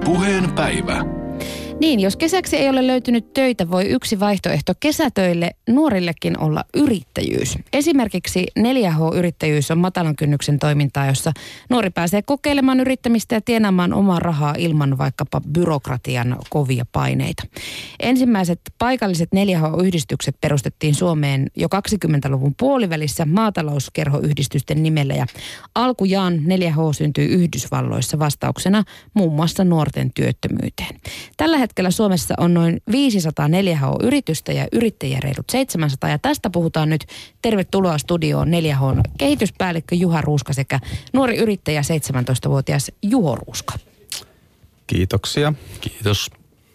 Puheen päivä. Niin, jos kesäksi ei ole löytynyt töitä, voi yksi vaihtoehto kesätöille nuorillekin olla yrittäjyys. Esimerkiksi 4H-yrittäjyys on matalan kynnyksen toimintaa, jossa nuori pääsee kokeilemaan yrittämistä ja tienaamaan omaa rahaa ilman vaikkapa byrokratian kovia paineita. Ensimmäiset paikalliset 4H-yhdistykset perustettiin Suomeen jo 20-luvun puolivälissä maatalouskerhoyhdistysten nimellä ja alkujaan 4H syntyi Yhdysvalloissa vastauksena muun muassa nuorten työttömyyteen. Tällä hetkellä Suomessa on noin 500 4H-yritystä ja yrittäjiä reilut 700 ja tästä puhutaan nyt. Tervetuloa studioon 4H:n kehityspäällikkö Juha Ruuska sekä nuori yrittäjä 17-vuotias Juho Ruuska. Kiitoksia. Kiitos.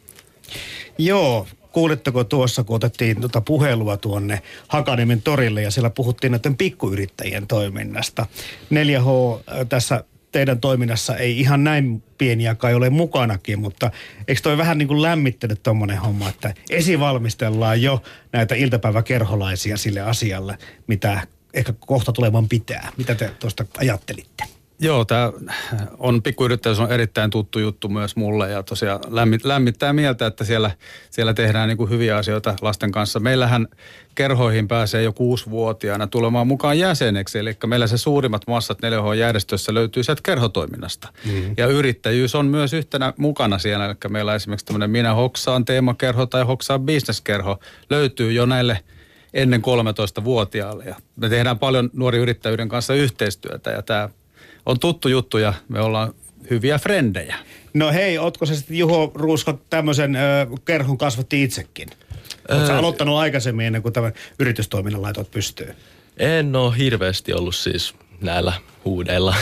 Joo, kuulitteko tuossa, kun otettiin puhelua tuonne Hakaniemen torille ja siellä puhuttiin näiden pikkuyrittäjien toiminnasta. 4H tässä teidän toiminnassa ei ihan näin pieniä kai ole mukanakin, mutta eikö toi vähän niin kuin lämmittänyt tommonen homma, että esivalmistellaan jo näitä iltapäiväkerholaisia sille asialle, mitä ehkä kohta tulevan pitää. Mitä te tuosta ajattelitte? Joo, tämä pikkuyrittäjyys on erittäin tuttu juttu myös mulle ja tosiaan lämmittää mieltä, että siellä tehdään niin kuin hyviä asioita lasten kanssa. Meillähän kerhoihin pääsee jo 6-vuotiaana tulemaan mukaan jäseneksi, eli meillä se suurimmat massat 4H-järjestössä löytyy sieltä kerhotoiminnasta. Ja yrittäjyys on myös yhtenä mukana siellä, eli meillä esimerkiksi tämmöinen Minä hoksaan teemakerho tai hoksaan bisneskerho löytyy jo näille ennen 13-vuotiaalle. Ja me tehdään paljon nuori yrittäjyyden kanssa yhteistyötä ja tämä on tuttu juttu ja me ollaan hyviä frendejä. No hei, ootko sä sitten Juho Ruuska tämmöisen kerhon kasvatti itsekin? Ootko sä aloittanut aikaisemmin ennen kuin tämän yritystoiminnan laitot pystyy? En ole hirveästi ollut siis näillä huudeilla.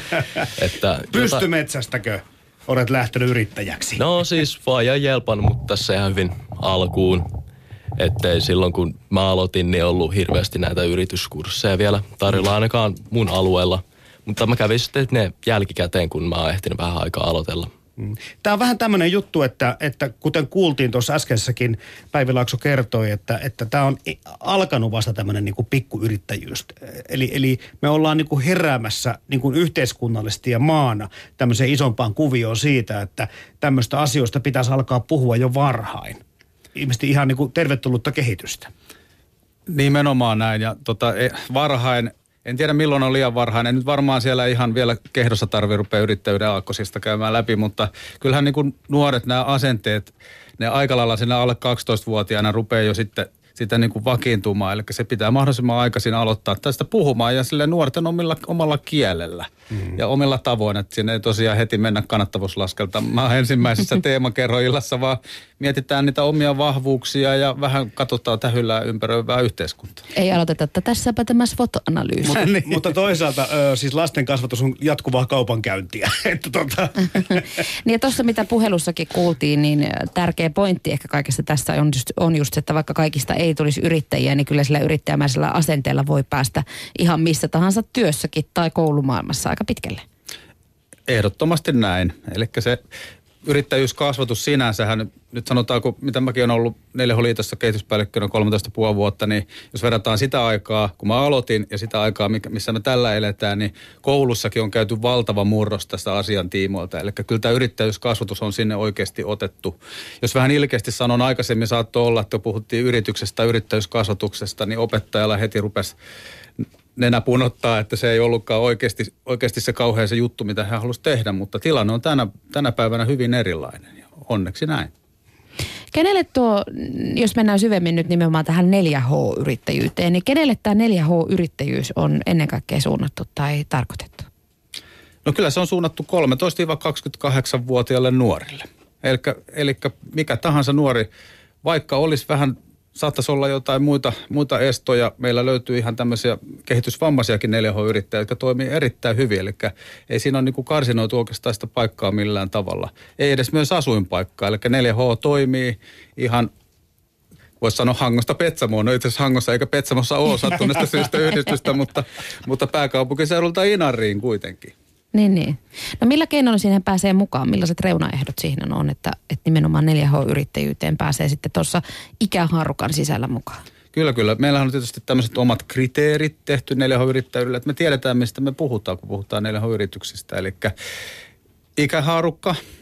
Pystymetsästäkö olet lähtenyt yrittäjäksi? No siis vaan ja jelpan, mutta tässä ihan hyvin alkuun. Ettei silloin kun mä aloitin, niin ollut hirveästi näitä yrityskursseja vielä tarjolla ainakaan mun alueella. Mutta mä kävin sitten ne jälkikäteen, kun mä oon ehtinyt vähän aikaa aloitella. Tämä on vähän tämmöinen juttu, että kuten kuultiin tuossa äskeisessäkin, Päivi Laakso kertoi, että tämä on alkanut vasta tämmöinen niin kuin pikkuyrittäjyys. Eli me ollaan niin kuin heräämässä niin kuin yhteiskunnallisesti ja maana tämmöiseen isompaan kuvioon siitä, että tämmöistä asioista pitäisi alkaa puhua jo varhain. Ilmeisesti ihan niin kuin tervetullutta kehitystä. Nimenomaan näin ja varhain. En tiedä milloin on liian varhainen. Nyt varmaan siellä ihan vielä kehdossa tarvii rupea yrittäjyyden aakkosista käymään läpi, mutta kyllähän niin kuin nuoret nämä asenteet, ne aika lailla siinä alle 12-vuotiaana rupeaa jo sitten sitä niin kuin vakiintumaan. Eli se pitää mahdollisimman aikaisin aloittaa tästä puhumaan ja sille nuorten omalla kielellä ja omilla tavoin. Että siinä ei tosiaan heti mennä kannattavuuslaskeltamaan ensimmäisessä teemakerhoillassa, vaan mietitään niitä omia vahvuuksia ja vähän katsotaan tähyllään ympäröivää yhteiskuntaa. Ei aloiteta, että tässäpä tämä SWOT-analyysi. Mutta toisaalta siis lasten kasvatus on jatkuvaa kaupankäyntiä. Niin ja tuossa mitä puhelussakin kuultiin, niin tärkeä pointti ehkä kaikessa tässä on just, että vaikka kaikista ei tulisi yrittäjiä, niin kyllä sillä yrittäjämäisellä asenteella voi päästä ihan missä tahansa työssäkin tai koulumaailmassa aika pitkälle. Ehdottomasti näin. Eli se yrittäjyyskasvatus sinänsähän, nyt sanotaanko, mitä mäkin olen ollut 4H-liitossa kehityspäällikkönä 13,5 vuotta, niin jos verrataan sitä aikaa, kun mä aloitin ja sitä aikaa, missä me tällä eletään, niin koulussakin on käyty valtava murros tästä asian tiimoilta. Eli kyllä tämä yrittäjyyskasvatus on sinne oikeasti otettu. Jos vähän ilkeästi sanon, aikaisemmin saattoi olla, että puhuttiin yrityksestä, yrittäjyyskasvatuksesta, niin opettajalla heti rupesi nenä punottaa, että se ei ollutkaan oikeasti se kauhea se juttu, mitä hän halusi tehdä, mutta tilanne on tänä päivänä hyvin erilainen ja onneksi näin. Kenelle tuo, jos mennään syvemmin nyt nimenomaan tähän 4H-yrittäjyyteen, niin kenelle tämä 4H-yrittäjyys on ennen kaikkea suunnattu tai tarkoitettu? No kyllä se on suunnattu 13-28-vuotiaille nuorille. Eli mikä tahansa nuori, vaikka olisi vähän, saattaisi olla jotain muita estoja. Meillä löytyy ihan tämmöisiä kehitysvammaisiakin 4H-yrittäjiä, jotka toimii erittäin hyvin. Eli ei siinä ole niin kuin karsinoitu oikeastaan sitä paikkaa millään tavalla. Ei edes myös asuinpaikkaa. Eli 4H toimii ihan, voisi sanoa Hangosta Petsamoon. No itse asiassa Hangossa eikä Petsamossa ole sattuneesta syystä yhdistystä, mutta pääkaupunkiseudulta Inariin kuitenkin. Niin. No millä keinoilla siihen pääsee mukaan? Millaiset reunaehdot siihen on, että nimenomaan 4H-yrittäjyyteen pääsee sitten tuossa ikähaarukan sisällä mukaan? Kyllä. Meillähän on tietysti tämmöiset omat kriteerit tehty 4H-yrittäjyydelle, että me tiedetään, mistä me puhutaan, kun puhutaan 4H-yrityksistä. Eli ikähaarukka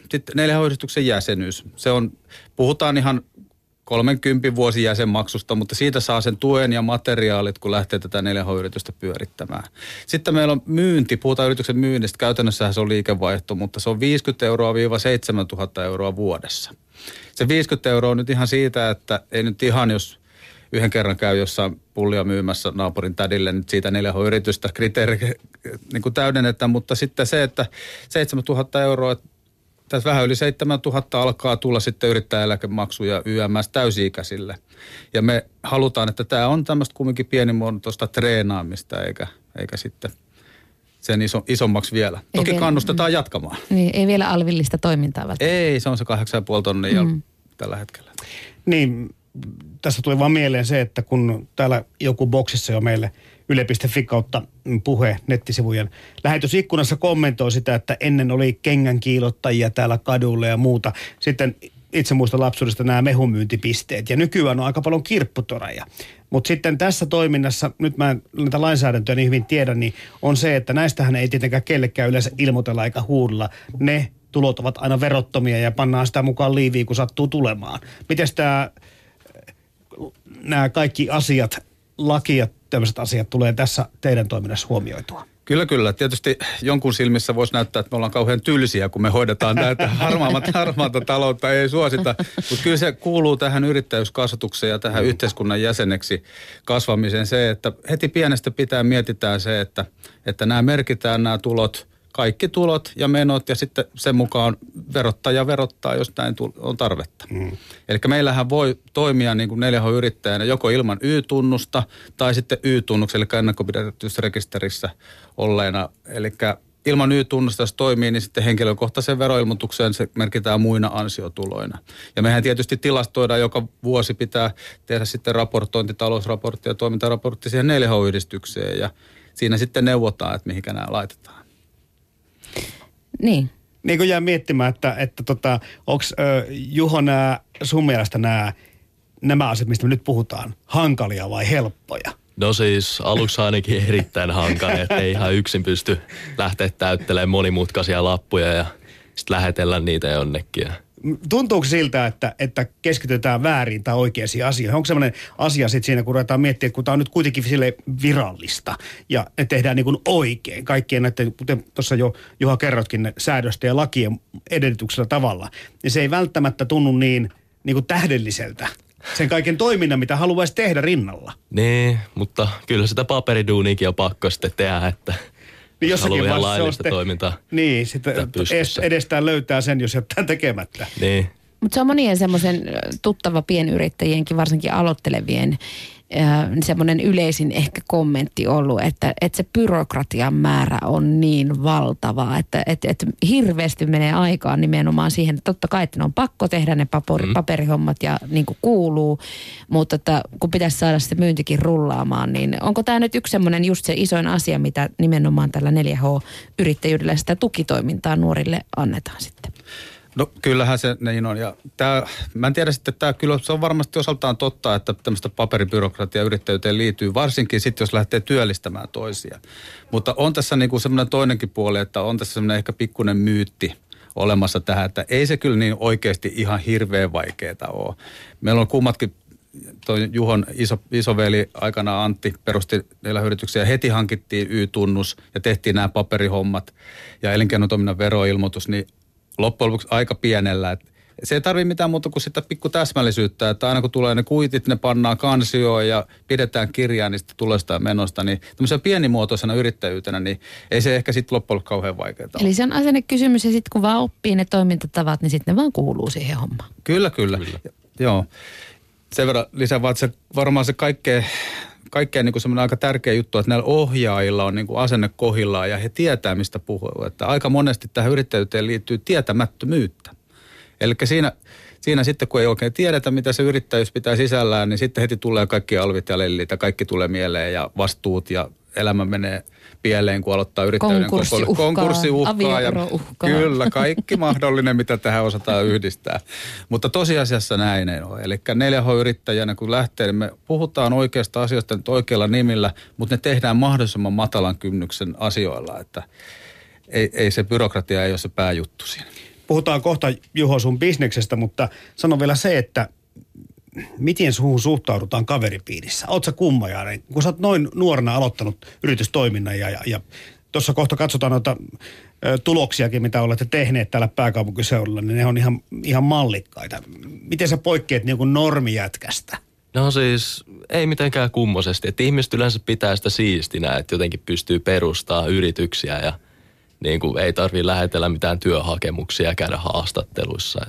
sitten 4H-yhdistyksen jäsenyys. Puhutaan ihan 30 vuosi jäsenmaksusta, mutta siitä saa sen tuen ja materiaalit, kun lähtee tätä 4H-yritystä pyörittämään. Sitten meillä on myynti, puhutaan yrityksen myynnistä, käytännössähän se on liikevaihto, mutta se on 50 euroa - 7 000 euroa vuodessa. Se 50 euroa on nyt ihan siitä, että ei nyt ihan, jos yhden kerran käy jossain pullia myymässä naapurin tädille, nyt siitä 4H-yritystä kriteeri niin kuin täydennetään, mutta sitten se, että 7 000 euroa, tässä vähän yli 7 000 alkaa tulla sitten yrittäjäeläkemaksuja YMS täysi-ikäisille. Ja me halutaan, että tämä on tämmöistä kumminkin pienimuotoista treenaamista, eikä sitten sen isommaksi vielä. Toki kannustetaan jatkamaan. Niin, ei vielä alvillista toimintaa välttämättä. Ei, se on se 8,5 tonnia tällä hetkellä. Niin, tässä tuli vaan mieleen se, että kun täällä joku boksissa jo meille yle.fi kautta puhe nettisivujen lähetysikkunassa kommentoi sitä, että ennen oli kengänkiilottajia täällä kadulla ja muuta. Sitten itse muistan lapsuudesta nämä mehumyyntipisteet ja nykyään on aika paljon kirpputoreja. Mutta sitten tässä toiminnassa, nyt mä en näitä lainsäädäntöä niin hyvin tiedä, niin on se, että näistähän ei tietenkään kellekään yleensä ilmoitella eikä huudella. Ne tulot ovat aina verottomia ja pannaan sitä mukaan liiviin, kun sattuu tulemaan. Miten nämä kaikki asiat, laki ja tämmöiset asiat tulee tässä teidän toiminnassa huomioitua? Kyllä. Tietysti jonkun silmissä voisi näyttää, että me ollaan kauhean tylsiä, kun me hoidetaan näitä harmaata taloutta, ei suosita. Mutta kyllä se kuuluu tähän yrittäjyyskasvatukseen ja tähän yhteiskunnan jäseneksi kasvamiseen se, että heti pienestä pitää mietitään se, että nämä merkitään nämä tulot, kaikki tulot ja menot ja sitten sen mukaan verottaja verottaa, jos näin on tarvetta. Eli meillähän voi toimia niin kuin 4H-yrittäjänä joko ilman Y-tunnusta tai sitten Y-tunnuksen, eli ennakkopidätysrekisterissä olleena. Eli ilman Y-tunnusta, jos toimii, niin sitten henkilökohtaisen veroilmoitukseen se merkitään muina ansiotuloina. Ja mehän tietysti tilastoidaan, joka vuosi pitää tehdä sitten raportointi, talousraportti ja toimintaraportti siihen 4H-yhdistykseen ja siinä sitten neuvotaan, että mihinkä nämä laitetaan. Niin. Niin kuin jää miettimään, että onko Juho sun mielestä nämä asiat, mistä me nyt puhutaan, hankalia vai helppoja? No siis aluksi ainakin erittäin hankala, että ei ihan yksin pysty lähteä täyttelemään monimutkaisia lappuja ja sitten lähetellä niitä jonnekin. Tuntuuko siltä, että keskitytään väärin tai oikeisiin asioihin? Onko sellainen asia sitten siinä, kun ruvetaan miettimään, kun tämä on nyt kuitenkin sille virallista ja ne tehdään niin kuin oikein kaikkien näiden, kuten tuossa jo Juha kerrotkin, ne säädöstä ja lakien edellytyksellä tavalla, niin se ei välttämättä tunnu niin kuin tähdelliseltä sen kaiken toiminnan, mitä haluaisi tehdä rinnalla. Niin, mutta kyllä sitä paperiduuniikin on pakko sitten tehdä, että niin jossakin haluaa vaiheessa laillista toimintaa. Niin, sitten edestään löytää sen, jos jättää tekemättä. Niin. Mutta se on monien semmoisen tuttava pienyrittäjienkin, varsinkin aloittelevien, semmoinen yleisin ehkä kommentti ollut, että se byrokratian määrä on niin valtava, että hirveästi menee aikaa nimenomaan siihen, että totta kai, että ne on pakko tehdä ne paperihommat ja niin kuin kuuluu, mutta että kun pitäisi saada se myyntikin rullaamaan, niin onko tämä nyt yksi semmoinen just se isoin asia, mitä nimenomaan tällä 4H-yrittäjyydellä sitä tukitoimintaa nuorille annetaan sitten? No kyllähän se niin on. Ja mä en tiedä sitten, että kyllä se on varmasti osaltaan totta, että tämmöistä paperibyrokratiaa yrittäjyyteen liittyy, varsinkin sitten, jos lähtee työllistämään toisia. Mutta on tässä niinku semmoinen toinenkin puoli, että on tässä semmoinen ehkä pikkuinen myytti olemassa tähän, että ei se kyllä niin oikeasti ihan hirveän vaikeaa ole. Meillä on kummatkin, toi Juhon isoveli aikana Antti perusti 4H-yrityksiä ja heti hankittiin Y-tunnus ja tehtiin nämä paperihommat ja elinkeinotoiminnan veroilmoitus, niin loppujen lopuksi aika pienellä. Se ei tarvitse mitään muuta kuin sitä pikku täsmällisyyttä, että aina kun tulee ne kuitit, ne pannaan kansioon ja pidetään kirjaa niistä tulosta ja menosta, niin tämmöisenä pienimuotoisena yrittäjyytenä, niin ei se ehkä sitten loppujen lopuksi kauhean vaikeaa. Eli se on asennekysymys ja sitten kun vaan oppii ne toimintatavat, niin sitten ne vaan kuuluu siihen hommaan. Kyllä. Joo. Sen verran lisää vaan, että se varmaan se kaikkein niin kuin semmoinen aika tärkeä juttu, että näillä ohjaajilla on niin kuin asenne kohillaan ja he tietää, mistä puhuu. Että aika monesti tähän yrittäjyyteen liittyy tietämättömyyttä. Eli siinä sitten, kun ei oikein tiedetä, mitä se yrittäjyys pitää sisällään, niin sitten heti tulee kaikki alvit ja lellit ja kaikki tulee mieleen ja vastuut ja elämä menee pieleen, kun aloittaa yrittäjyyden konkurssiuhkaa ja kyllä, kaikki mahdollinen, mitä tähän osataan yhdistää. Mutta tosiasiassa näin ei ole. Eli 4H-yrittäjänä, kun lähtee, niin me puhutaan oikeasta asioista nyt oikealla nimillä, mutta ne tehdään mahdollisimman matalan kynnyksen asioilla, että ei se byrokratia ei ole se pääjuttu siinä. puhutaan kohta Juho sun bisneksestä, mutta sano vielä se, että miten suhun suhtaudutaan kaveripiirissä? Oot sä kummajainen? Kun sä oot noin nuorena aloittanut yritystoiminnan ja tuossa kohta katsotaan noita tuloksiakin, mitä olette tehneet täällä pääkaupunkiseudulla, niin ne on ihan mallikkaita. Miten sä poikkeat niin kuin normijätkästä? No siis ei mitenkään kummosesti. Että ihmiset yleensä pitää sitä siistinä, että jotenkin pystyy perustamaan yrityksiä ja niin kuin ei tarvitse lähetellä mitään työhakemuksia ja käydä haastatteluissa.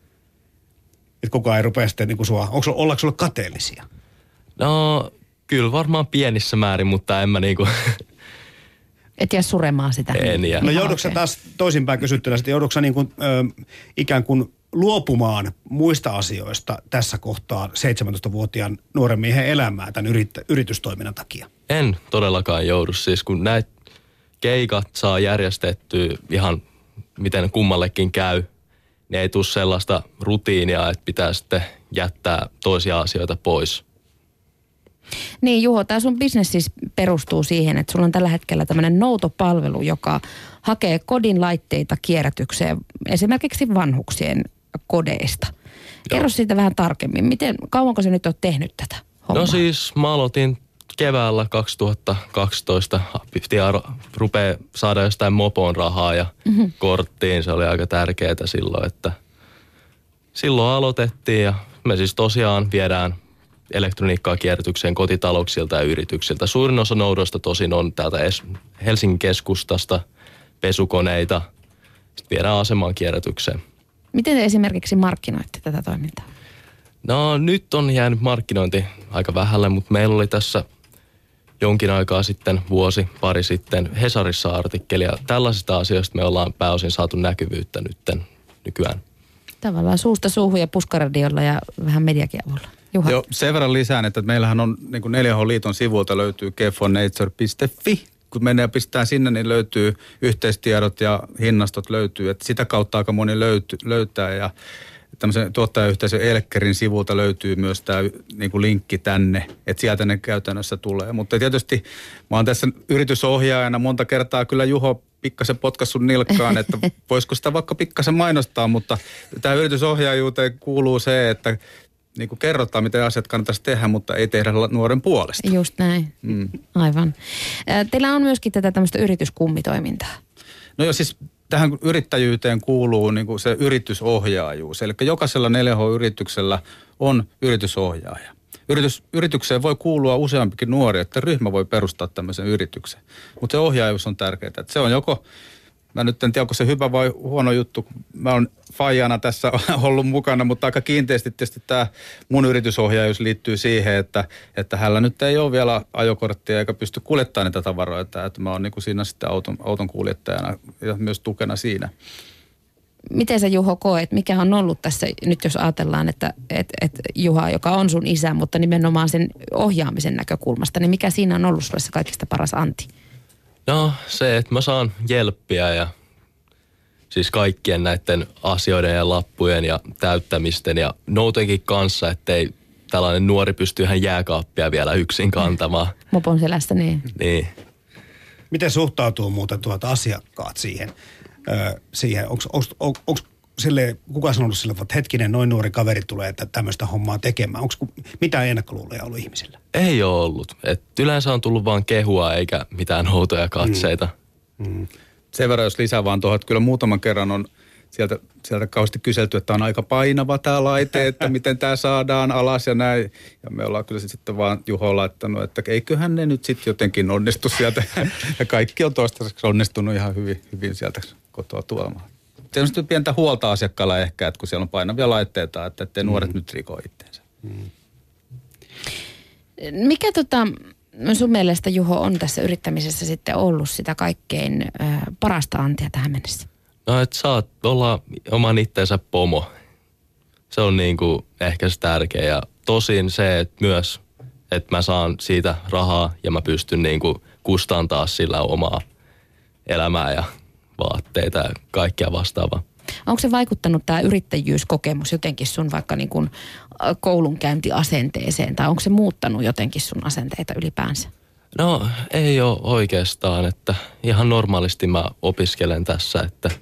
Että kukaan ei rupea sitten niin kuin sua, ollaanko sulla kateellisia? No kyllä varmaan pienissä määrin, mutta en mä niinku... Et jää suremaan sitä. En jää. No joudutko sä taas toisinpäin kysyttynä, sitten joudutko sä niin kuin, ikään kuin luopumaan muista asioista tässä kohtaa 17-vuotiaan nuoren miehen elämää tämän yritystoiminnan takia? En todellakaan joudu. Siis kun näitä keikat saa järjestettyä ihan miten kummallekin käy, niin ei tule sellaista rutiinia, että pitää sitten jättää toisia asioita pois. Niin Juho, tämä sun business siis perustuu siihen, että sulla on tällä hetkellä tämmöinen noutopalvelu, joka hakee kodin laitteita kierrätykseen, esimerkiksi vanhuksien kodeista. Kerro siitä vähän tarkemmin. Kauanko sä nyt oot tehnyt tätä hommaa? No siis mä aloitin keväällä 2012. Piti rupea saada jostain mopoon rahaa ja korttiin. Se oli aika tärkeää silloin, että silloin aloitettiin ja me siis tosiaan viedään elektroniikkaa kierrätykseen kotitalouksilta ja yrityksiltä. Suurin osa noudoista tosin on täältä Helsingin keskustasta, pesukoneita, sitten viedään asemaan kierrätykseen. Miten te esimerkiksi markkinoitte tätä toimintaa? No nyt on jäänyt markkinointi aika vähälle, mutta meillä oli tässä jonkin aikaa sitten, pari sitten, Hesarissa artikkeli ja tällaisista asioista me ollaan pääosin saatu näkyvyyttä nykyään. Tavallaan suusta suuhun ja puskaradiolla ja vähän mediakin avulla. Juha. Joo, sen verran lisään, että meillähän on niin kuin 4H-liiton sivuilta löytyy kefonature.fi. Kun menee ja pistää sinne, niin löytyy yhteistiedot ja hinnastot löytyy. Että sitä kautta aika moni löytää ja tämmöisen tuottajayhteisön Elkkerin sivulta löytyy myös tämä niin kuin linkki tänne, että sieltä ne käytännössä tulee. Mutta tietysti mä oon tässä yritysohjaajana monta kertaa kyllä Juho pikkasen potkassun nilkkaan, että voisiko sitä vaikka pikkasen mainostaa, mutta tämä yritysohjaajuuteen kuuluu se, että niin kuin kerrotaan, miten asiat kannattaisi tehdä, mutta ei tehdä nuoren puolesta. Just näin. Aivan. Teillä on myöskin tätä tämmöistä yrityskummitoimintaa. No joo, siis tähän yrittäjyyteen kuuluu niin kuin se yritysohjaajuus. Eli jokaisella 4H-yrityksellä on yritysohjaaja. Yritykseen voi kuulua useampikin nuori, että ryhmä voi perustaa tämmöisen yrityksen. Mutta se ohjaajuus on tärkeää. Että se on joko, mä nyt en tiedä, onko se hyvä vai huono juttu. Mä oon faijana tässä ollut mukana, mutta aika kiinteästi tietysti tämä mun yritysohjaajuus liittyy siihen, että hänellä nyt ei ole vielä ajokorttia eikä pysty kuljettamaan niitä tavaroita. Että mä oon niin kuin siinä sitten auton kuljettajana ja myös tukena siinä. Miten sä Juho koet, mikä on ollut tässä, nyt jos ajatellaan, että Juha, joka on sun isä, mutta nimenomaan sen ohjaamisen näkökulmasta, niin mikä siinä on ollut sulle se kaikista paras anti? No se, että mä saan jelppiä ja siis kaikkien näiden asioiden ja lappujen ja täyttämisten ja noutenkin kanssa, ettei tällainen nuori pysty ihan jääkaappia vielä yksin kantamaan. Mopon selästä, niin. Niin. Miten suhtautuu muuten asiakkaat siihen? Onko sille, kuka sanonut sille, että hetkinen, noin nuori kaveri tulee tämmöistä hommaa tekemään? Onko mitään ennakkoluuloja ollut ihmisillä? Ei ole ollut. Yleensä on tullut vaan kehua eikä mitään outoja katseita. Sen verran, jos lisää vaan tuohon, että kyllä muutaman kerran on sieltä kauheasti kyselty, että on aika painava tämä laite, että miten tämä saadaan alas ja näin. Ja me ollaan kyllä sitten vaan Juho laittanut, että eiköhän ne nyt sitten jotenkin onnistu sieltä. Ja kaikki on toistaiseksi onnistunut ihan hyvin sieltä kotoa tuomaan. Se on sitten pientä huolta asiakkaalla ehkä, että kun siellä on painavia laitteita, että ettei nuoret nyt riko itteensä. Mikä sun mielestä, Juho, on tässä yrittämisessä sitten ollut sitä kaikkein parasta antia tähän mennessä? No, että saat olla oman itteensä pomo. Se on niinku ehkä se tärkeä. Ja tosin se, että myös, että mä saan siitä rahaa ja mä pystyn niinku kustantaa sillä omaa elämää ja vaatteita ja kaikkea vastaavaa. Onko se vaikuttanut tämä yrittäjyyskokemus jotenkin sun vaikka niin kuin koulunkäyntiasenteeseen, tai onko se muuttanut jotenkin sun asenteita ylipäänsä? No ei ole oikeastaan, että ihan normaalisti mä opiskelen tässä, että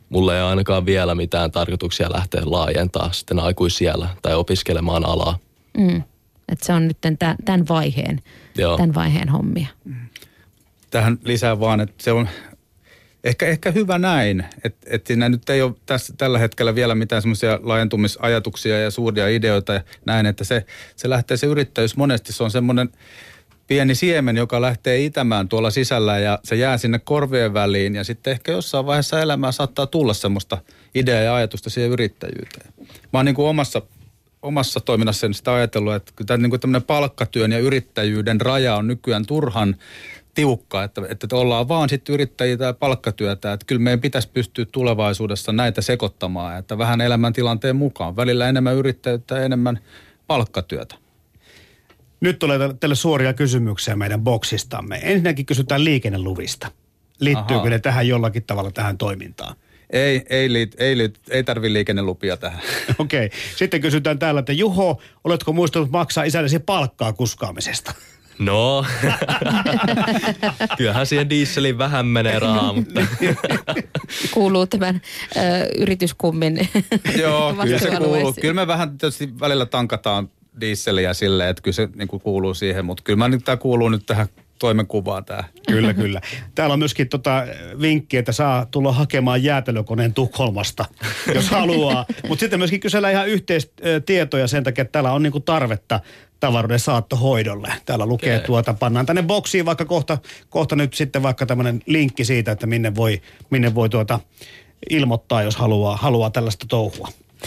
mulla ei ainakaan vielä mitään tarkoituksia lähteä laajentaa sitten aikuisiällä tai opiskelemaan alaa. Että se on nyt tämän vaiheen hommia. Tähän lisää vaan, että se on ehkä hyvä näin, että siinä nyt ei ole tällä hetkellä vielä mitään semmoisia laajentumisajatuksia ja suuria ideoita ja näin, että se lähtee se yrittäjyys monesti, se on semmoinen pieni siemen, joka lähtee itämään tuolla sisällä ja se jää sinne korvien väliin ja sitten ehkä jossain vaiheessa elämää saattaa tulla semmoista ideaa ja ajatusta siihen yrittäjyyteen. Mä oon niin kuin omassa toiminnassani sitä ajatellut, että tämä niin kuin tämmöinen palkkatyön ja yrittäjyyden raja on nykyään turhan tiukka, että ollaan vaan sitten yrittäjiä tai palkkatyötä, että kyllä meidän pitäisi pystyä tulevaisuudessa näitä sekoittamaan, että vähän elämäntilanteen mukaan. Välillä enemmän yrittäjyyttä ja enemmän palkkatyötä. Nyt tulee teille suoria kysymyksiä meidän boksistamme. Ensinnäkin kysytään liikenneluvista. Liittyykö ne tähän jollakin tavalla tähän toimintaan? Ei tarvitse liikennelupia tähän. Okei. Sitten kysytään täällä, että Juho, oletko muistanut maksaa isällesi palkkaa kuskaamisesta? No, kyllähän siihen dieseliin vähän menee rahaa, mutta... Kuuluu tämän yrityskummin. Joo, kyllä se kuuluu. Kyllä me vähän tietysti välillä tankataan dieseliä silleen, että kyllä se niin kuin kuuluu siihen, mutta kyllä tämä kuuluu nyt tähän toimenkuvaan tämä. Kyllä. Täällä on myöskin vinkki, että saa tulla hakemaan jäätelökoneen Tukholmasta, jos haluaa. Mutta sitten myöskin kysellään ihan yhteistietoja sen takia, että täällä on niinku tarvetta tavaroiden saattohoidolle. Täällä lukee pannaan tänne boksiin vaikka kohta nyt sitten vaikka tämmöinen linkki siitä, että minne voi ilmoittaa, jos haluaa tällaista touhua.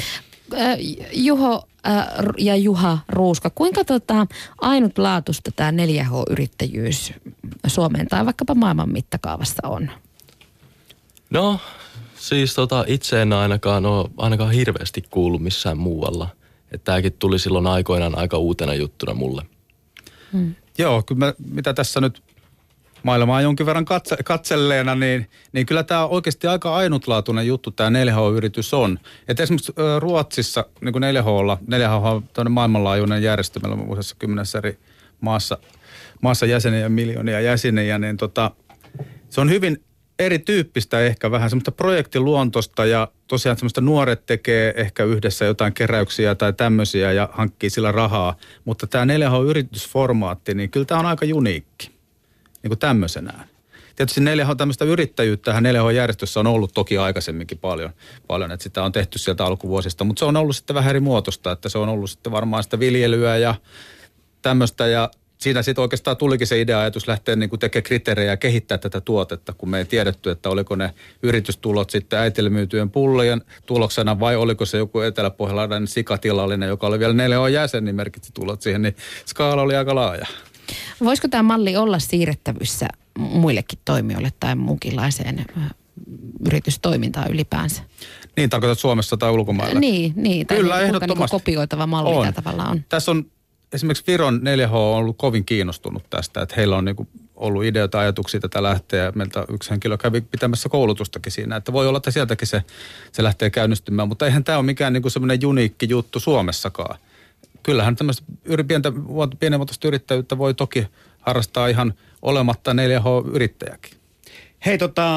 Juho ja Juha Ruuska, kuinka ainutlaatuista tämä 4H-yrittäjyys Suomeen tai vaikkapa maailman mittakaavassa on? No, siis itse en ainakaan hirveästi kuullut missään muualla. Että tämäkin tuli silloin aikoinaan aika uutena juttuna mulle. Joo, kyllä mitä tässä nyt maailmaa jonkin verran katselleena, niin kyllä tämä oikeasti aika ainutlaatuinen juttu tämä 4H-yritys on. Että esimerkiksi Ruotsissa niin kuin 4H on maailmanlaajuinen järjestö, meillä on useassa 10 eri maassa jäseniä ja miljoonia jäseniä, niin se on hyvin erityyppistä ehkä vähän semmoista projektiluontoista ja tosiaan semmoista nuoret tekee ehkä yhdessä jotain keräyksiä tai tämmöisiä ja hankkii sillä rahaa, mutta tämä 4H-yritysformaatti, niin kyllä tämä on aika uniikki. Niin kuin tämmöisenään. Tietysti 4H, tämmöistä yrittäjyyttähän 4H-järjestössä on ollut toki aikaisemminkin paljon, että sitä on tehty sieltä alkuvuosista, mutta se on ollut sitten vähän eri muotoista, että se on ollut sitten varmaan sitä viljelyä ja tämmöistä ja siinä sitten oikeastaan tulikin se idea-ajatus lähteä niin kuin tekemään kriteerejä ja kehittää tätä tuotetta, kun me ei tiedetty, että oliko ne yritystulot sitten äitille myytyjen pullojen tuloksena vai oliko se joku eteläpohjalainen sikatilallinen, joka oli vielä 4H-jäsen, niin merkitsi tulot siihen, niin skaala oli aika laaja. Voisiko tämä malli olla siirrettävissä muillekin toimijoille tai muunkinlaiseen yritystoimintaan ylipäänsä? Niin, tarkoitat Suomessa tai ulkomailla? Niin. Tai kyllä, ehdottomasti. Niin kopioitava malli tämä tavallaan on. Tässä on esimerkiksi Viron 4H on ollut kovin kiinnostunut tästä, että heillä on niinku ollut ideoita, ajatuksia tätä lähteä. Meiltä yksi henkilö kävi pitämässä koulutustakin siinä, että voi olla, että sieltäkin se lähtee käynnistymään, mutta eihän tämä ole mikään niinku semmoinen uniikki juttu Suomessakaan. Kyllähän tämmöistä pienimuotoista yrittäjyyttä voi toki harrastaa ihan olematta 4H-yrittäjäkin. Hei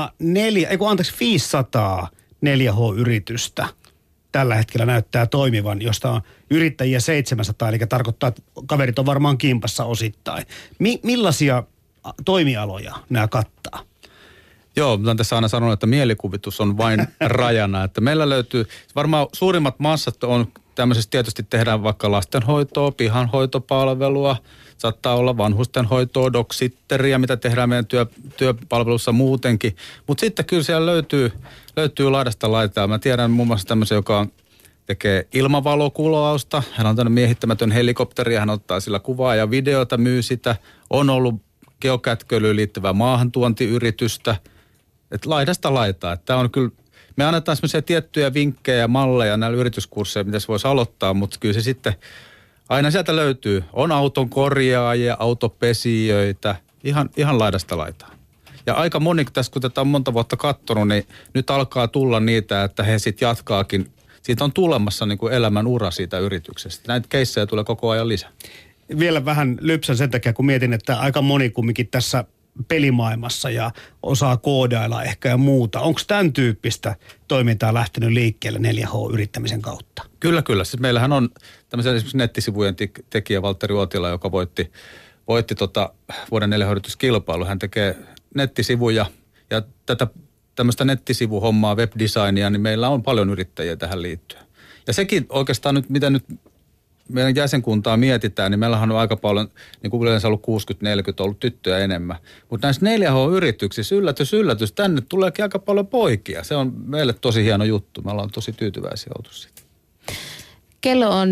500 4H-yritystä tällä hetkellä näyttää toimivan, josta on yrittäjiä 700, eli tarkoittaa, että kaverit on varmaan kimpassa osittain. Millaisia toimialoja nämä kattaa? Joo, mä tässä aina sanonut, että mielikuvitus on vain rajana, että meillä löytyy, varmaan suurimmat massat on tämmöisesti tietysti tehdään vaikka lastenhoitoa, pihanhoitopalvelua, saattaa olla vanhustenhoitoa, dogsitteriä, mitä tehdään meidän työpalvelussa muutenkin. Mutta sitten kyllä siellä löytyy laidasta laitaa. Mä tiedän muun muassa tämmöisen, joka tekee ilmavalokulausta. Hän on tämmöinen miehittämätön helikopteri ja hän ottaa sillä kuvaa ja videota, myy sitä. On ollut geokätköilyyn liittyvää maahantuontiyritystä. Että laidasta laitaa. Että tämä on kyllä... Me annetaan semmoisia tiettyjä vinkkejä ja malleja näillä yrityskursseilla, mitä se voisi aloittaa, mutta kyllä se sitten aina sieltä löytyy. On auton korjaajia, autopesijöitä, ihan laidasta laitaa. Ja aika moni tässä, kun tätä on monta vuotta katsonut, niin nyt alkaa tulla niitä, että he sitten jatkaakin. Siitä on tulemassa niin kuin elämän ura siitä yrityksestä. Näitä keissejä tulee koko ajan lisää. Vielä vähän lypsän sen takia, kun mietin, että aika moni kumminkin tässä pelimaailmassa ja osaa koodailla ehkä ja muuta. Onko tämän tyyppistä toimintaa lähtenyt liikkeelle 4H-yrittämisen kautta? Kyllä. Siis meillähän on tämmöisen esimerkiksi nettisivujen tekijä Valtteri Uotila, joka voitti vuoden 4H-yrityskilpailu. Hän tekee nettisivuja ja tämmöistä nettisivuhommaa, webdesignia, niin meillä on paljon yrittäjiä tähän liittyen. Ja sekin oikeastaan nyt, mitä nyt meidän jäsenkuntaa mietitään, niin meillähän on aika paljon, niin kuin yleensä ollut 60-40, ollut tyttöjä enemmän. Mutta näissä 4H-yrityksissä, yllätys, tänne tuleekin aika paljon poikia. Se on meille tosi hieno juttu. Me ollaan tosi tyytyväisiä oltu siitä. Kello on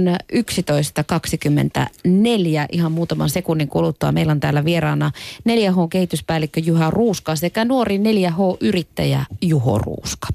11.24, ihan muutaman sekunnin kuluttua. Meillä on täällä vieraana 4H-kehityspäällikkö Juha Ruuska sekä nuori 4H-yrittäjä Juho Ruuska.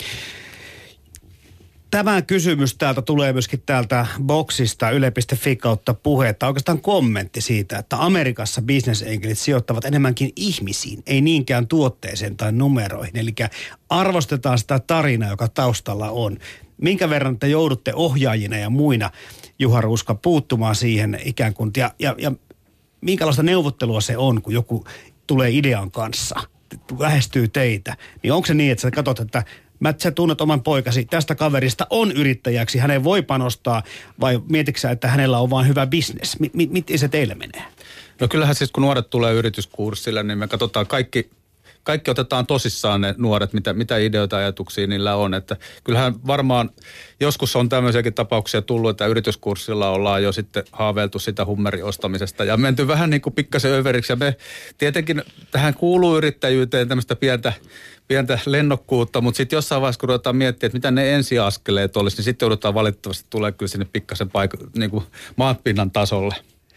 Tämä kysymys täältä tulee myöskin täältä boksista yle.fi kautta puhetta. Oikeastaan kommentti siitä, että Amerikassa bisnesenkelit sijoittavat enemmänkin ihmisiin, ei niinkään tuotteeseen tai numeroihin. Eli arvostetaan sitä tarinaa, joka taustalla on. Minkä verran te joudutte ohjaajina ja muina, Juha Ruuska, puuttumaan siihen ikään kuin, ja minkälaista neuvottelua se on, kun joku tulee idean kanssa, lähestyy teitä, niin onko se niin, että sä katsot, että sä tunnet oman poikasi, tästä kaverista on yrittäjäksi, hänen voi panostaa, vai mietitkö että hänellä on vaan hyvä bisnes? Miten se teille menee? No kyllähän siis kun nuoret tulee yrityskurssille, niin me katsotaan kaikki otetaan tosissaan ne nuoret, mitä ideoita ja ajatuksia niillä on. Että kyllähän varmaan joskus on tämmöisiäkin tapauksia tullut, että yrityskurssilla ollaan jo sitten haaveiltu sitä hummerin ostamisesta ja menty vähän niin kuin pikkasen överiksi. Ja me tietenkin tähän kuuluu yrittäjyyteen tämmöistä pientä lennokkuutta, mutta sitten jossain vaiheessa, kun ruvetaan miettimään, että mitä ne ensiaskeleet olisi, niin sitten joudutaan valitettavasti tulee kyllä sinne pikkasen niin kuin maanpinnan tasolle.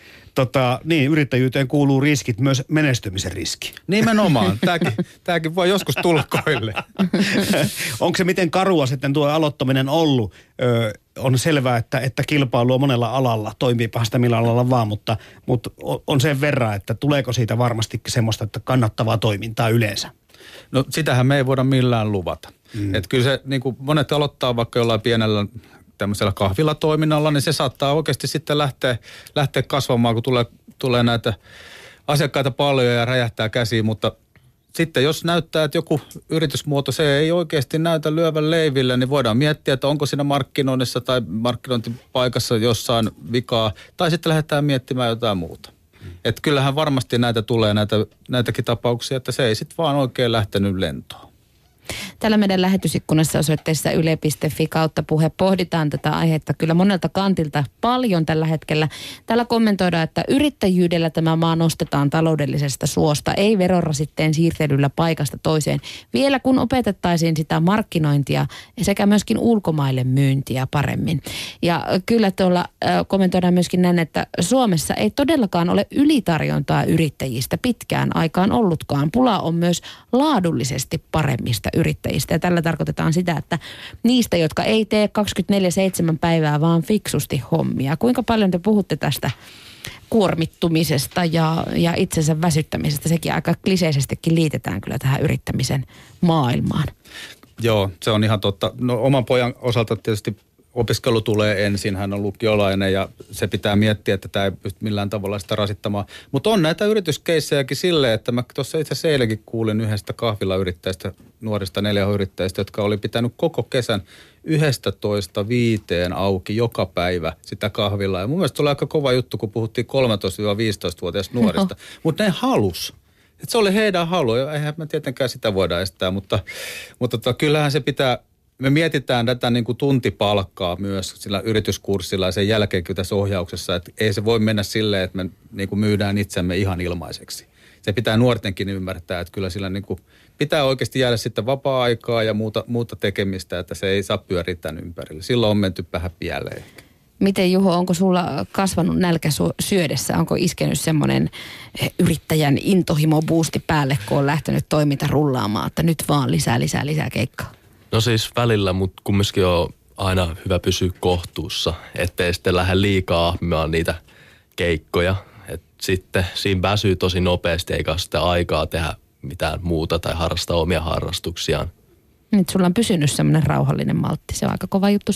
Niin, yrittäjyyteen kuuluu riskit, myös menestymisen riski. Nimenomaan. Tämäkin voi joskus tulla koille. Onko se miten karua sitten tuo aloittaminen ollut? On selvää, että kilpailu on monella alalla, toimiipahan sitä millä alalla vaan, mutta on sen verran, että tuleeko siitä varmasti semmoista, että kannattavaa toimintaa yleensä? No sitähän me ei voida millään luvata. Että kyllä se, niin kuin monet aloittaa vaikka jollain pienellä tämmöisellä kahvilatoiminnalla, niin se saattaa oikeasti sitten lähteä kasvamaan, kun tulee näitä asiakkaita paljon ja räjähtää käsiin, mutta sitten jos näyttää, että joku yritysmuoto, se ei oikeasti näytä lyövän leiville, niin voidaan miettiä, että onko siinä markkinoinnissa tai markkinointipaikassa jossain vikaa, tai sitten lähdetään miettimään jotain muuta. Että kyllähän varmasti näitä tulee, näitäkin tapauksia, että se ei sitten vaan oikein lähtenyt lentoon. Täällä meidän lähetysikkunassa osoitteessa yle.fi kautta puhe pohditaan tätä aihetta kyllä monelta kantilta paljon tällä hetkellä. Täällä kommentoidaan, että yrittäjyydellä tämä maa nostetaan taloudellisesta suosta, ei verorasitteen siirtelyllä paikasta toiseen. Vielä kun opetettaisiin sitä markkinointia sekä myöskin ulkomaille myyntiä paremmin. Ja kyllä tuolla kommentoidaan myöskin näin, että Suomessa ei todellakaan ole ylitarjontaa yrittäjistä pitkään aikaan ollutkaan. Pula on myös laadullisesti paremmista yrittäjistä. Ja tällä tarkoitetaan sitä, että niistä, jotka ei tee 24/7 päivää, vaan fiksusti hommia. Kuinka paljon te puhutte tästä kuormittumisesta ja itsensä väsyttämisestä? Sekin aika kliseisestikin liitetään kyllä tähän yrittämisen maailmaan. Joo, se on ihan totta. No oman pojan osalta tietysti opiskelu tulee ensin, hän on lukiolainen ja se pitää miettiä, että tämä ei pysty millään tavalla sitä rasittamaan. Mutta on näitä yrityskeissejäkin silleen, että mä tuossa itse asiassa eilenkin kuulin yhdestä kahvilayrittäjistä, nuorista 4H-yrittäjistä, jotka oli pitänyt koko kesän 11-5 auki joka päivä sitä kahvilaa. Ja mun mielestä oli aika kova juttu, kun puhuttiin 13-15-vuotiaista nuorista, mutta ne halus. Et se oli heidän halu, eihän me tietenkään sitä voida estää, mutta kyllähän se pitää. Me mietitään tätä niin kuin tuntipalkkaa myös sillä yrityskurssilla ja sen jälkeenkin tässä ohjauksessa, että ei se voi mennä silleen, että me niin kuin myydään itsemme ihan ilmaiseksi. Se pitää nuortenkin ymmärtää, että kyllä sillä niin kuin pitää oikeasti jäädä sitten vapaa-aikaa ja muuta tekemistä, että se ei saa pyöriä tämän ympärille. Silloin on menty vähän pieleen. Miten Juho, onko sulla kasvanut nälkä syödessä? Onko iskenyt semmoinen yrittäjän intohimo-boosti päälle, kun on lähtenyt toiminta rullaamaan, että nyt vaan lisää keikkaa? No siis välillä, mutta kumminkin on aina hyvä pysyä kohtuussa, ettei sitten lähde liikaa ahmimaan niitä keikkoja. Et sitten siinä väsyy tosi nopeasti eikä sitten aikaa tehdä mitään muuta tai harrastaa omia harrastuksiaan. Nyt sulla on pysynyt semmoinen rauhallinen maltti, se on aika kova juttu sekin.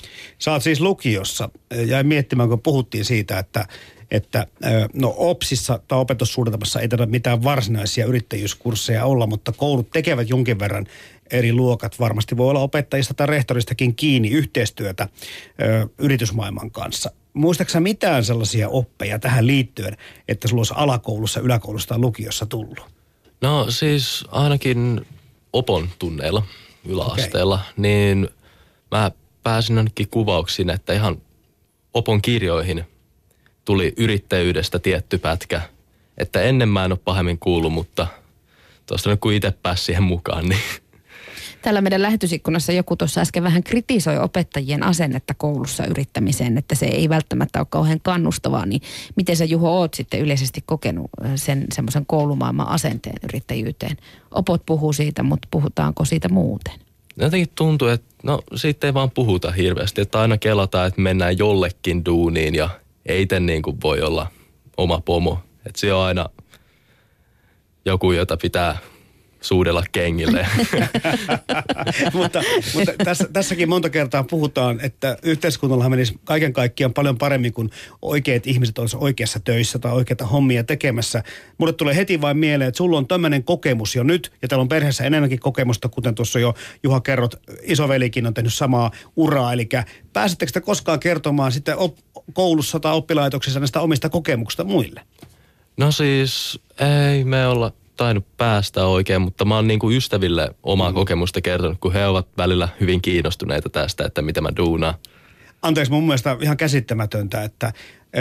Sä oot siis lukiossa. Jäin miettimään, kun puhuttiin siitä, että OPSissa tai opetussuunnitelmassa ei tarvitse mitään varsinaisia yrittäjyyskursseja olla, mutta koulut tekevät jonkin verran eri luokat. Varmasti voi olla opettajista tai rehtoristakin kiinni yhteistyötä yritysmaailman kanssa. Muistaaksä mitään sellaisia oppeja tähän liittyen, että sulla olisi alakoulussa, yläkoulussa tai lukiossa tullut? No siis ainakin opon tunneilla yläasteella, niin mä pääsin ainakin kuvauksiin, että ihan opon kirjoihin tuli yrittäjyydestä tietty pätkä. Että ennen mä en ole pahemmin kuullut, mutta tuosta nyt kun itse pääsi siihen mukaan, niin... Täällä meidän lähetysikkunassa joku tuossa äsken vähän kritisoi opettajien asennetta koulussa yrittämiseen, että se ei välttämättä ole kauhean kannustavaa. Niin miten sä, Juho, oot sitten yleisesti kokenut sen semmoisen koulumaailman asenteen yrittäjyyteen? Opot puhuu siitä, mutta puhutaanko siitä muuten? Jotenkin tuntuu, että siitä ei vaan puhuta hirveästi, että aina kelataan, että mennään jollekin duuniin ja ei itse niin kuin voi olla oma pomo. Että se on aina joku, jota pitää suudella kengille. mutta tässäkin monta kertaa puhutaan, että yhteiskunnallahan menisi kaiken kaikkiaan paljon paremmin, kun oikeat ihmiset olisivat oikeassa töissä tai oikeita hommia tekemässä. Mulle tulee heti vain mieleen, että sulla on tämmöinen kokemus jo nyt, ja teillä on perheessä enemmänkin kokemusta, kuten tuossa jo Juha kerrot, isovelikin on tehnyt samaa uraa. Eli pääsettekö te koskaan kertomaan sitten koulussa tai oppilaitoksessa näistä omista kokemuksista muille? No siis ei me olla tainnut päästä oikein, mutta mä oon niinku ystäville omaa kokemusta kertonut, kun he ovat välillä hyvin kiinnostuneita tästä, että mitä mä duunaan. Anteeksi, mun mielestä ihan käsittämätöntä, että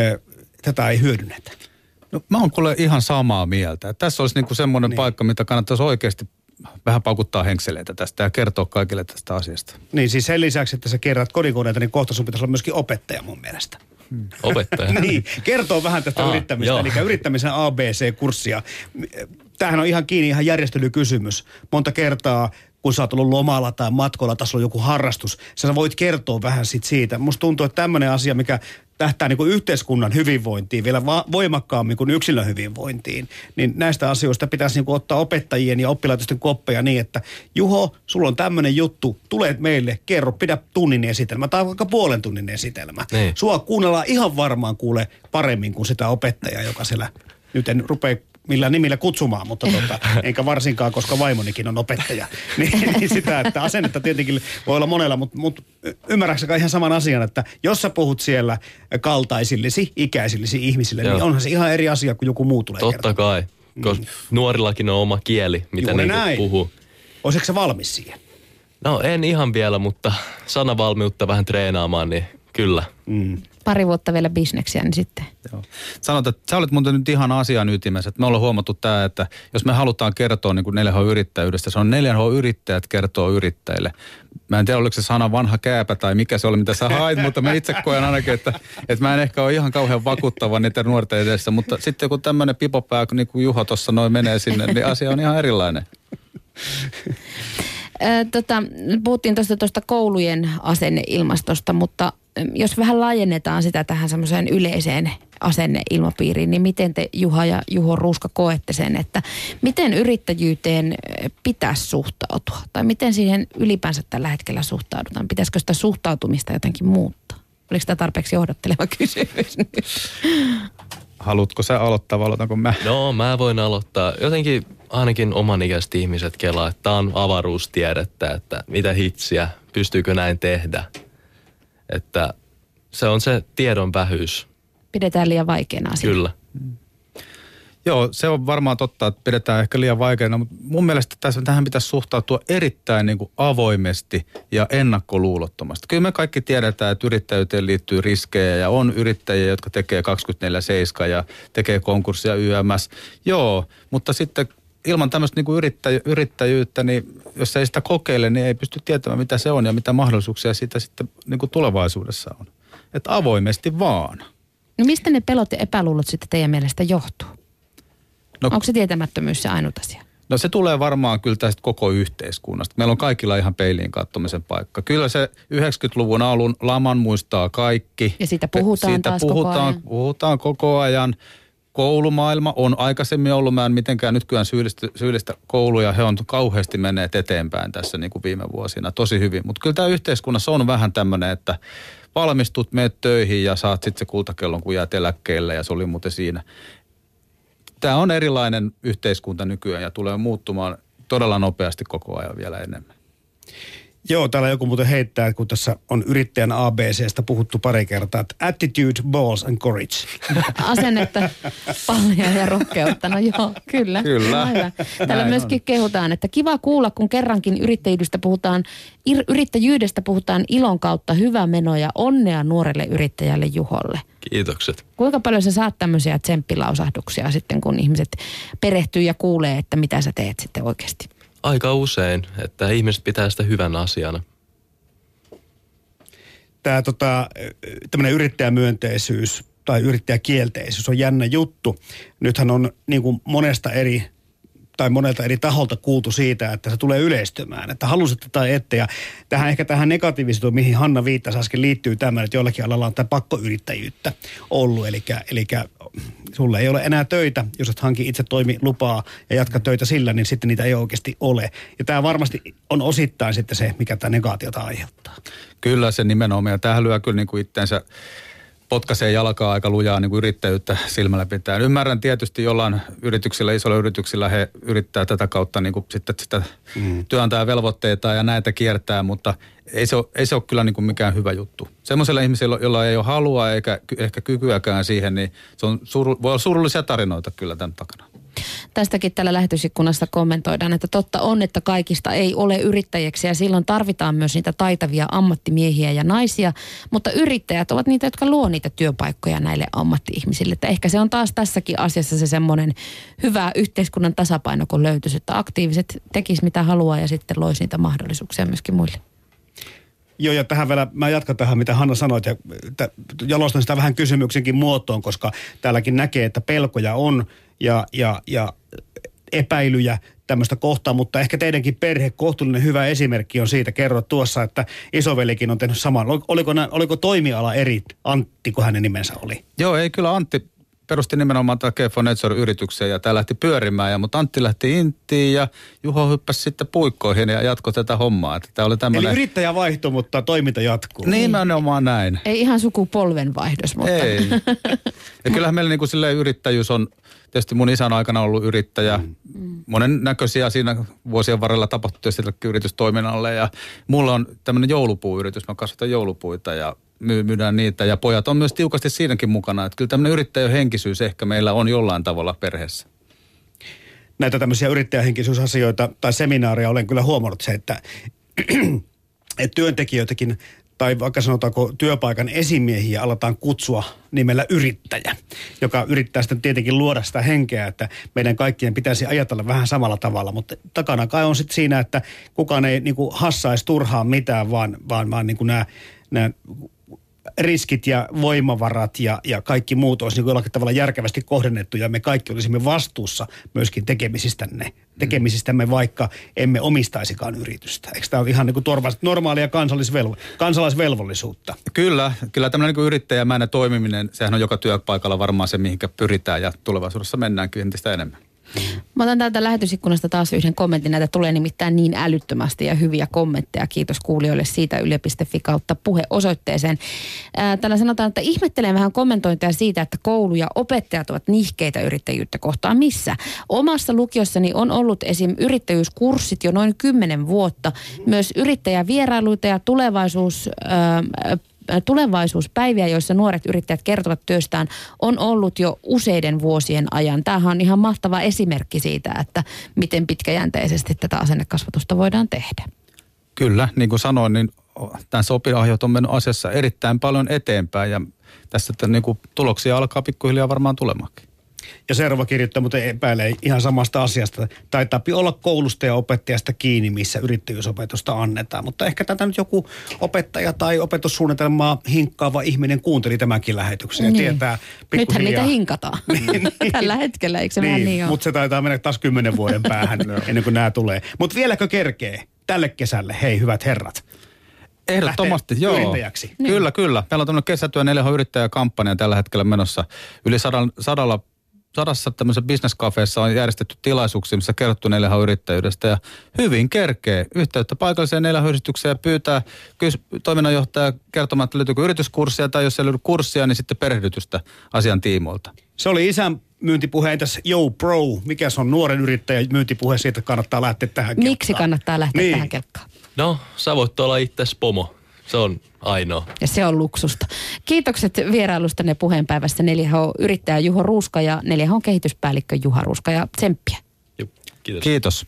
tätä ei hyödynnetä. No, mä oon kuule ihan samaa mieltä. Tässä olisi niinku semmoinen paikka, mitä kannattaisi oikeasti vähän paukuttaa henkseleitä tästä ja kertoa kaikille tästä asiasta. Niin siis sen lisäksi, että sä kerrat kodikoneita, niin kohta sun pitäisi olla myöskin opettaja mun mielestä. Opettaja? Niin, kertoo vähän tästä yrittämistä, eli yrittämisen ABC-kurssia. Tämähän on ihan kiinni, ihan järjestelykysymys. Monta kertaa, kun sä oot ollut lomalla tai matkoilla, tai sulla on joku harrastus, sä voit kertoa vähän siitä. Musta tuntuu, että tämmöinen asia, mikä tähtää niin kuin yhteiskunnan hyvinvointiin vielä voimakkaammin kuin yksilön hyvinvointiin, niin näistä asioista pitäisi niin kuin ottaa opettajien ja oppilaitosten koppeja niin, että Juho, sulla on tämmöinen juttu, tule meille, kerro, pidä tunnin esitelmä tai vaikka puolen tunnin esitelmä. Niin. Sua kuunnellaan ihan varmaan kuule paremmin kuin sitä opettajaa, joka siellä nyt en rupea millään nimillä kutsumaan, mutta enkä varsinkaan, koska vaimonikin on opettaja. niin sitä, että asennetta tietenkin voi olla monella, mutta ymmärrätkö ihan saman asian, että jos sä puhut siellä kaltaisillisi, ikäisillisi ihmisille, niin onhan se ihan eri asia kuin joku muu tulee Totta kai, koska nuorillakin on oma kieli, mitä ne puhuu. Olisitko sä valmis siihen? No en ihan vielä, mutta sanavalmiutta vähän treenaamaan, niin kyllä. Pari vuotta vielä bisneksiä, niin sitten. Joo. Sanot, että sä olet muuten nyt ihan asian ytimessä. Että me ollaan huomattu tämä, että jos me halutaan kertoa niin kuin 4H-yrittäjyydestä, se on 4H-yrittäjät kertoo yrittäjille. Mä en tiedä, oliko se sana vanha kääpä tai mikä se oli, mitä sä hait, mutta mä itse koen ainakin, että mä en ehkä ole ihan kauhean vakuuttava niiden nuorten edessä. Mutta sitten kun tämmöinen pipopää, niin kuin Juha tuossa noin menee sinne, niin asia on ihan erilainen. Puhuttiin tuosta koulujen asenneilmastosta, mutta jos vähän laajennetaan sitä tähän semmoiseen yleiseen asenneilmapiiriin, niin miten te, Juha ja Juho Ruuska, koette sen, että miten yrittäjyyteen pitäisi suhtautua? Tai miten siihen ylipäänsä tällä hetkellä suhtaudutaan? Pitäisikö sitä suhtautumista jotenkin muuttaa? Oliko tämä tarpeeksi johdatteleva kysymys nyt? Haluatko sä aloittaa vai aloitanko mä? No, mä voin aloittaa. Jotenkin ainakin omanikäiset ihmiset kelaa, että tämä on avaruustiedettä, että mitä hitsiä, pystyykö näin tehdä. Että se on se tiedon vähyys. Pidetään liian vaikeana asiana. Kyllä. Joo, se on varmaan totta, että pidetään ehkä liian vaikeana, mutta mun mielestä tähän pitäisi suhtautua erittäin niin kuin avoimesti ja ennakkoluulottomasti. Kyllä me kaikki tiedetään, että yrittäjyyteen liittyy riskejä ja on yrittäjiä, jotka tekee 24/7 ja tekee konkurssia YMS. Joo, mutta sitten ilman tämmöistä niin kuin yrittäjyyttä, niin jos ei sitä kokeile, niin ei pysty tietämään, mitä se on ja mitä mahdollisuuksia siitä sitten niin kuin tulevaisuudessa on. Että avoimesti vaan. No mistä ne pelot ja epäluulot sitten teidän mielestä johtuu? No, onko se tietämättömyys se ainut asia? No se tulee varmaan kyllä tästä koko yhteiskunnasta. Meillä on kaikilla ihan peiliin katsomisen paikka. Kyllä se 90-luvun alun laman muistaa kaikki. Ja siitä puhutaan taas koko ajan. Puhutaan koko ajan. koulumaailma on aikaisemmin ollut, mä en mitenkään nytkään syyllistä kouluja, he on kauheasti menneet eteenpäin tässä niin kuin viime vuosina, tosi hyvin. Mutta kyllä tämä yhteiskunnassa on vähän tämmöinen, että valmistut, meet töihin ja saat sitten se kultakellon, kun jäät eläkkeelle ja se oli muuten siinä. Tämä on erilainen yhteiskunta nykyään ja tulee muuttumaan todella nopeasti koko ajan vielä enemmän. Joo, täällä joku muuten heittää, kun tässä on yrittäjän ABC:stä puhuttu pari kertaa, että attitude, balls and courage. Asennetta, pallia ja rohkeutta. No joo, kyllä. Kyllä. Aivan. Täällä myöskin kehutaan, että kiva kuulla, kun kerrankin yrittäjyydestä puhutaan ilon kautta, hyvää menoa ja onnea nuorelle yrittäjälle Juholle. Kiitokset. Kuinka paljon sä saat tämmöisiä tsemppilausahduksia sitten, kun ihmiset perehtyy ja kuulee, että mitä sä teet sitten oikeasti? Aika usein, että ihmiset pitää sitä hyvän asiana. Tämä tämmöinen yrittäjämyönteisyys tai yrittäjäkielteisyys on jännä juttu. Nythän on niin kuin monelta eri taholta kuultu siitä, että se tulee yleistymään, että halusitte tai ette. Ja tähän negatiivisuuteen, mihin Hanna viittasi äsken, liittyy tämmöinen, että jollakin alalla on tämä pakkoyrittäjyyttä ollut. Eli sulla ei ole enää töitä, jos et hanki itse toimilupaa ja jatka töitä sillä, niin sitten niitä ei oikeasti ole. Ja tämä varmasti on osittain sitten se, mikä tämä negaatiota aiheuttaa. Kyllä se nimenomaan, ja tämähän lyö kyllä niin kuin itseensä potkaisee jalkaa aika lujaa niin kuin yrittäjyyttä silmällä pitää. Ymmärrän tietysti jollain yrityksillä, isoilla yrityksillä he yrittää tätä kautta niin kuin sitten sitä työnantajavelvoitteita ja näitä kiertää, mutta ei se ole kyllä niin kuin mikään hyvä juttu. Semmoisella ihmisellä, jolla ei ole halua eikä ehkä kykyäkään siihen, niin se on voi olla surullisia tarinoita kyllä tämän takana. Tästäkin täällä lähetysikkunassa kommentoidaan, että totta on, että kaikista ei ole yrittäjäksi ja silloin tarvitaan myös niitä taitavia ammattimiehiä ja naisia, mutta yrittäjät ovat niitä, jotka luo niitä työpaikkoja näille ammatti-ihmisille. Että ehkä se on taas tässäkin asiassa se semmoinen hyvä yhteiskunnan tasapaino, kun löytyisi, että aktiiviset tekis mitä haluaa ja sitten loisi niitä mahdollisuuksia myöskin muille. Joo, ja tähän vielä, mä jatkan tähän, mitä Hanna sanoit, ja jalostan sitä vähän kysymyksenkin muotoon, koska täälläkin näkee, että pelkoja on ja epäilyjä tämmöistä kohtaa, mutta ehkä teidänkin perhe, kohtuullinen hyvä esimerkki on siitä, kerrot tuossa, että isovelikin on tehnyt saman. Oliko toimiala eri Antti, kun hänen nimensä oli? Joo, ei kyllä Antti perusti nimenomaan tämä K4 Nature-yrityksen ja tämä lähti pyörimään, mutta Antti lähti Intiin ja Juho hyppäsi sitten puikkoihin ja jatkoi tätä hommaa. Että tämä oli tämmöinen... Eli yrittäjä vaihtoi, mutta toiminta jatkuu. Nimenomaan näin. Ei ihan sukupolvenvaihdos, mutta... Ei. Ja kyllähän meillä niin kuin silleen yrittäjyys on, tietysti mun isän aikana ollut yrittäjä. Monen näköisiä siinä vuosien varrella tapahtui tietysti yritystoiminnalle ja mulla on tämmöinen joulupuuyritys, mä kasvatan joulupuita ja myydään niitä ja pojat on myös tiukasti siinäkin mukana, että kyllä tämmöinen yrittäjähenkisyys ehkä meillä on jollain tavalla perheessä. Näitä tämmöisiä yrittäjähenkisyysasioita tai seminaaria olen kyllä huomannut se, että työntekijöitäkin tai vaikka sanotaanko työpaikan esimiehiä aletaan kutsua nimellä yrittäjä, joka yrittää sitten tietenkin luoda sitä henkeä, että meidän kaikkien pitäisi ajatella vähän samalla tavalla, mutta takana kai on sitten siinä, että kukaan ei niin kuin hassaisi turhaan mitään, vaan niin kuin nämä riskit ja voimavarat ja kaikki muut olisi niin kuin jollakin tavalla järkevästi kohdennettu ja me kaikki olisimme vastuussa myöskin tekemisistämme, vaikka emme omistaisikaan yritystä. Eikö tämä ole ihan niin kuin normaalia kansalaisvelvollisuutta? Kyllä tämmöinen niin kuin yrittäjämäinen toimiminen, sehän on joka työpaikalla varmaan se, mihinkä pyritään ja tulevaisuudessa mennäänkin entistä enemmän. Mä otan täältä lähetysikkunasta taas yhden kommentin. Näitä tulee nimittäin niin älyttömästi ja hyviä kommentteja. Kiitos kuulijoille siitä yle.fi kautta puheosoitteeseen. Täällä sanotaan, että ihmettelen vähän kommentointeja siitä, että koulu ja opettajat ovat nihkeitä yrittäjyyttä kohtaan. Missä? Omassa lukiossani on ollut esim. Yrittäjyyskurssit jo noin 10 vuotta. Myös yrittäjävierailuita ja tulevaisuuspäiviä, joissa nuoret yrittäjät kertovat työstään, on ollut jo useiden vuosien ajan. Tämähän on ihan mahtava esimerkki siitä, että miten pitkäjänteisesti tätä asennekasvatusta voidaan tehdä. Kyllä, niin kuin sanoin, niin tässä opinahjot on mennyt asiassa erittäin paljon eteenpäin ja tässä niin kuin tuloksia alkaa pikkuhiljaa varmaan tulemaankin. Ja seuraava kirjoittaa, mutta epäilee ihan samasta asiasta. Taitaa olla koulusta ja opettajasta kiinni, missä yrittäjyysopetusta annetaan. Mutta ehkä tätä nyt joku opettaja tai opetussuunnitelmaa hinkkaava ihminen kuunteli tämänkin lähetyksen ja tietää pikkuhiljaa. Nythän niitä hinkataan tällä hetkellä, eikö se vähän niin ole? Mutta se taitaa mennä taas 10 vuoden päähän ennen kuin nämä tulee. Mutta vieläkö kerkee tälle kesälle, hei hyvät herrat? Ehdottomasti, joo. Yrittäjäksi. Kyllä. Meillä on tämmöinen kesätyö 4H-yrittäjäkampanja tällä hetkellä menossa yli 100 sadassa tämmöisessä business-cafeessa on järjestetty tilaisuuksia, missä on kerrottu 4H-yrittäjyydestä ja hyvin kerkee yhteyttä paikalliseen 4H-yhdistykseen ja pyytää toiminnanjohtaja kertomaan, että löytyykö yrityskurssia tai jos ei löydy kurssia, niin sitten perehdytystä asian tiimoilta. Se oli isän myyntipuhe. Entäs Yo Bro, mikä se on nuoren yrittäjän myyntipuhe? Siitä kannattaa lähteä tähän kelkkaan. Miksi kannattaa lähteä tähän kelkkaan? No, sä voit olla itses pomo. Se on ainoa. Ja se on luksusta. Kiitokset vierailustanne puheenpäivässä 4H-yrittäjä Juho Ruuska ja 4H-kehityspäällikkö Juha Ruuska ja tsemppiä. Kiitos. Kiitos.